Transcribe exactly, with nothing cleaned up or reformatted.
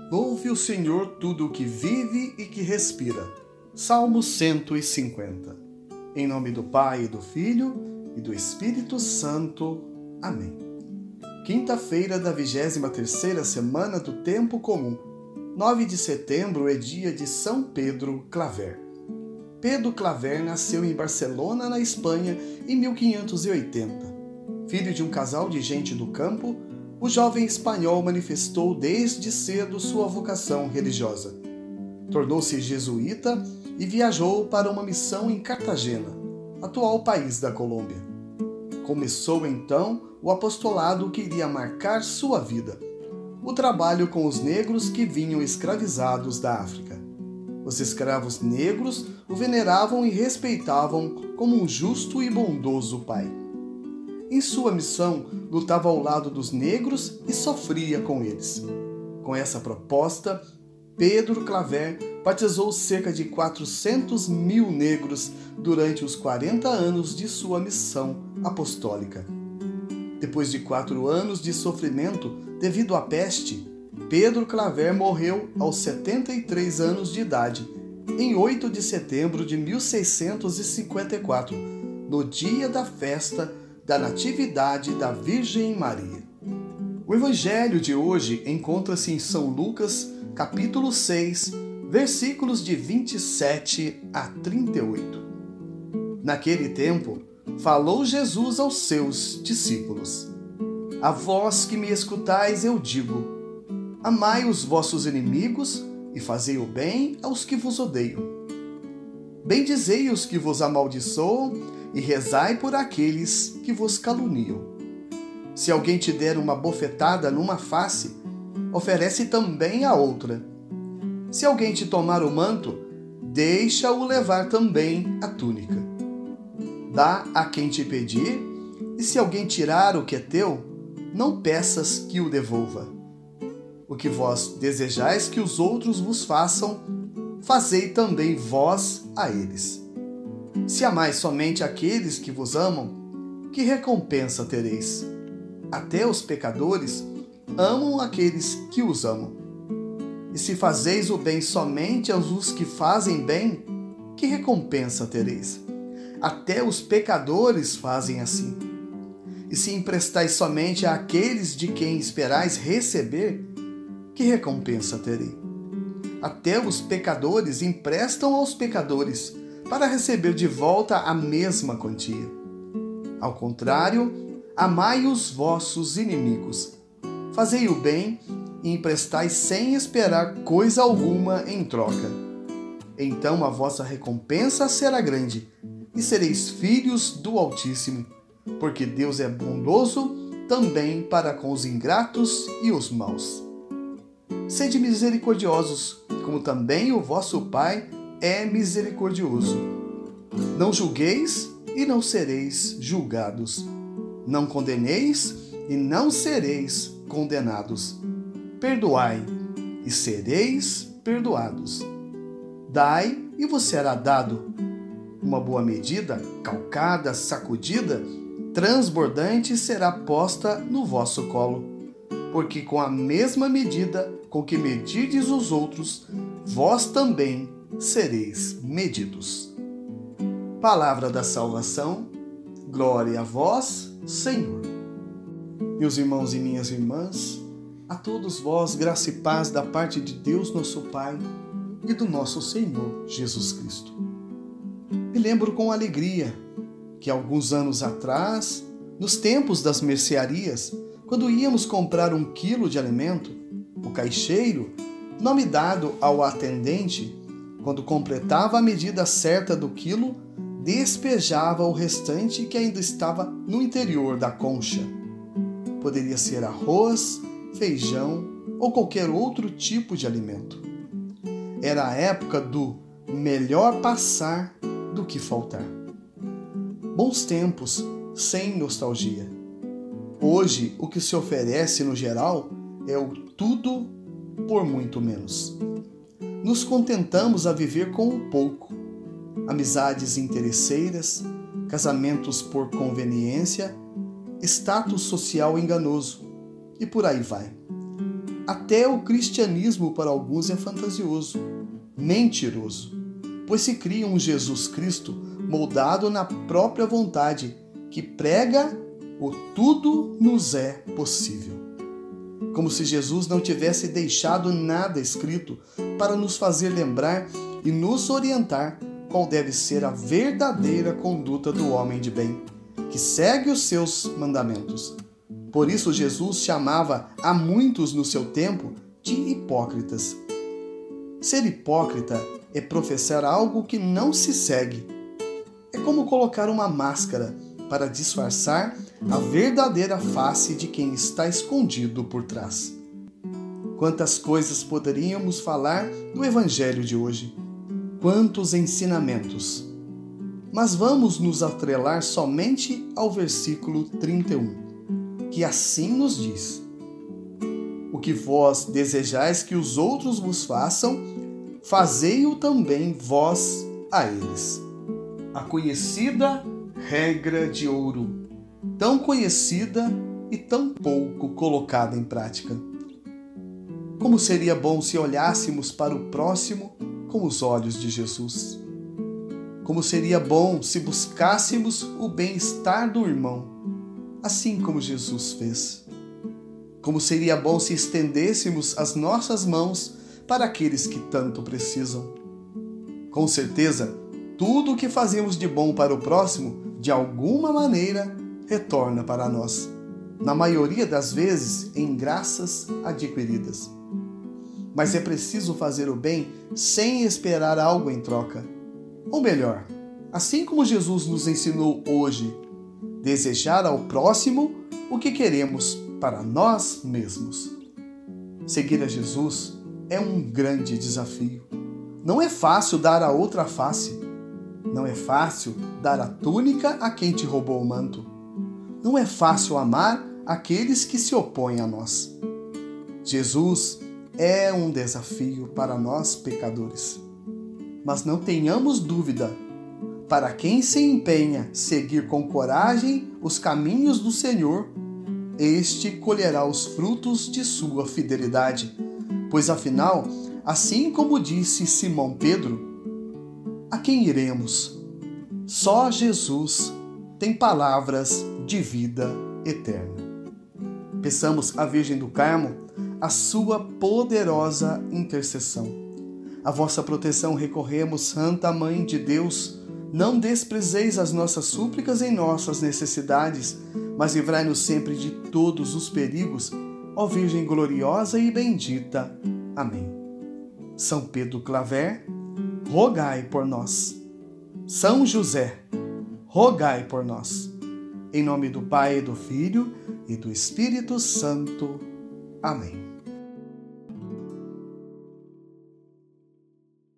Louve o Senhor tudo o que vive e que respira. Salmo cento e cinquenta. Em nome do Pai, e do Filho e do Espírito Santo. Amém. Quinta-feira da vigésima terceira semana do Tempo Comum. nove de setembro é dia de São Pedro Claver. Pedro Claver nasceu em Barcelona, na Espanha, em mil quinhentos e oitenta. Filho de um casal de gente do campo, o jovem espanhol manifestou desde cedo sua vocação religiosa. Tornou-se jesuíta e viajou para uma missão em Cartagena, atual país da Colômbia. Começou então o apostolado que iria marcar sua vida: o trabalho com os negros que vinham escravizados da África. Os escravos negros o veneravam e respeitavam como um justo e bondoso pai. Em sua missão, lutava ao lado dos negros e sofria com eles. Com essa proposta, Pedro Claver batizou cerca de quatrocentos mil negros durante os quarenta anos de sua missão apostólica. Depois de quatro anos de sofrimento devido à peste, Pedro Claver morreu aos setenta e três anos de idade, em oito de setembro de mil seiscentos e cinquenta e quatro, no dia da festa da Natividade da Virgem Maria. O evangelho de hoje encontra-se em São Lucas, capítulo seis, versículos de vinte e sete a trinta e oito. Naquele tempo, falou Jesus aos seus discípulos: A vós que me escutais eu digo, amai os vossos inimigos e fazei o bem aos que vos odeiam. Bendizei os que vos amaldiçoam e rezai por aqueles que vos caluniam. Se alguém te der uma bofetada numa face, oferece também a outra. Se alguém te tomar o manto, deixa-o levar também a túnica. Dá a quem te pedir, e se alguém tirar o que é teu, não peças que o devolva. O que vós desejais que os outros vos façam, fazei também vós a eles. Se amais somente aqueles que vos amam, que recompensa tereis? Até os pecadores amam aqueles que os amam. E se fazeis o bem somente aos que fazem bem, que recompensa tereis? Até os pecadores fazem assim. E se emprestais somente àqueles de quem esperais receber, que recompensa terei? Até os pecadores emprestam aos pecadores, para receber de volta a mesma quantia. Ao contrário, amai os vossos inimigos. Fazei o bem e emprestai sem esperar coisa alguma em troca. Então a vossa recompensa será grande, e sereis filhos do Altíssimo, porque Deus é bondoso também para com os ingratos e os maus. Sede misericordiosos, como também o vosso Pai é misericordioso. Não julgueis e não sereis julgados. Não condeneis e não sereis condenados. Perdoai e sereis perdoados. Dai e vos será dado. Uma boa medida, calcada, sacudida, transbordante será posta no vosso colo. Porque com a mesma medida com que medirdes os outros, vós também sereis medidos. Palavra da salvação, glória a vós, Senhor. Meus irmãos e minhas irmãs, a todos vós graça e paz da parte de Deus nosso Pai e do nosso Senhor Jesus Cristo. Me lembro com alegria que alguns anos atrás, nos tempos das mercearias, quando íamos comprar um quilo de alimento, o caixeiro, nome dado ao atendente, quando completava a medida certa do quilo, despejava o restante que ainda estava no interior da concha. Poderia ser arroz, feijão ou qualquer outro tipo de alimento. Era a época do melhor passar do que faltar. Bons tempos, sem nostalgia. Hoje, o que se oferece no geral é o tudo por muito menos. Nos contentamos a viver com o pouco. Amizades interesseiras, casamentos por conveniência, status social enganoso e por aí vai. Até o cristianismo para alguns é fantasioso, mentiroso, pois se cria um Jesus Cristo moldado na própria vontade, que prega o tudo nos é possível. Como se Jesus não tivesse deixado nada escrito para nos fazer lembrar e nos orientar qual deve ser a verdadeira conduta do homem de bem, que segue os seus mandamentos. Por isso Jesus chamava a muitos no seu tempo de hipócritas. Ser hipócrita é professar algo que não se segue. É como colocar uma máscara para disfarçar a verdadeira face de quem está escondido por trás. Quantas coisas poderíamos falar do Evangelho de hoje? Quantos ensinamentos! Mas vamos nos atrelar somente ao versículo trinta e um, que assim nos diz: O que vós desejais que os outros vos façam, fazei-o também vós a eles. A conhecida regra de ouro, tão conhecida e tão pouco colocada em prática. Como seria bom se olhássemos para o próximo com os olhos de Jesus. Como seria bom se buscássemos o bem-estar do irmão, assim como Jesus fez. Como seria bom se estendêssemos as nossas mãos para aqueles que tanto precisam. Com certeza, tudo o que fazemos de bom para o próximo, de alguma maneira, retorna para nós, na maioria das vezes em graças adquiridas. Mas é preciso fazer o bem sem esperar algo em troca. Ou melhor, assim como Jesus nos ensinou hoje, desejar ao próximo o que queremos para nós mesmos. Seguir a Jesus é um grande desafio. Não é fácil dar a outra face. Não é fácil dar a túnica a quem te roubou o manto. Não é fácil amar aqueles que se opõem a nós. Jesus é um desafio para nós pecadores. Mas não tenhamos dúvida, para quem se empenha seguir com coragem os caminhos do Senhor, este colherá os frutos de sua fidelidade. Pois afinal, assim como disse Simão Pedro, a quem iremos? Só Jesus tem palavras de vida eterna. Peçamos à Virgem do Carmo a sua poderosa intercessão. A vossa proteção recorremos, Santa Mãe de Deus. Não desprezeis as nossas súplicas em nossas necessidades, mas livrai-nos sempre de todos os perigos, ó Virgem gloriosa e bendita. Amém. São Pedro Claver, rogai por nós. São José, rogai por nós. Em nome do Pai, do Filho e do Espírito Santo. Amém.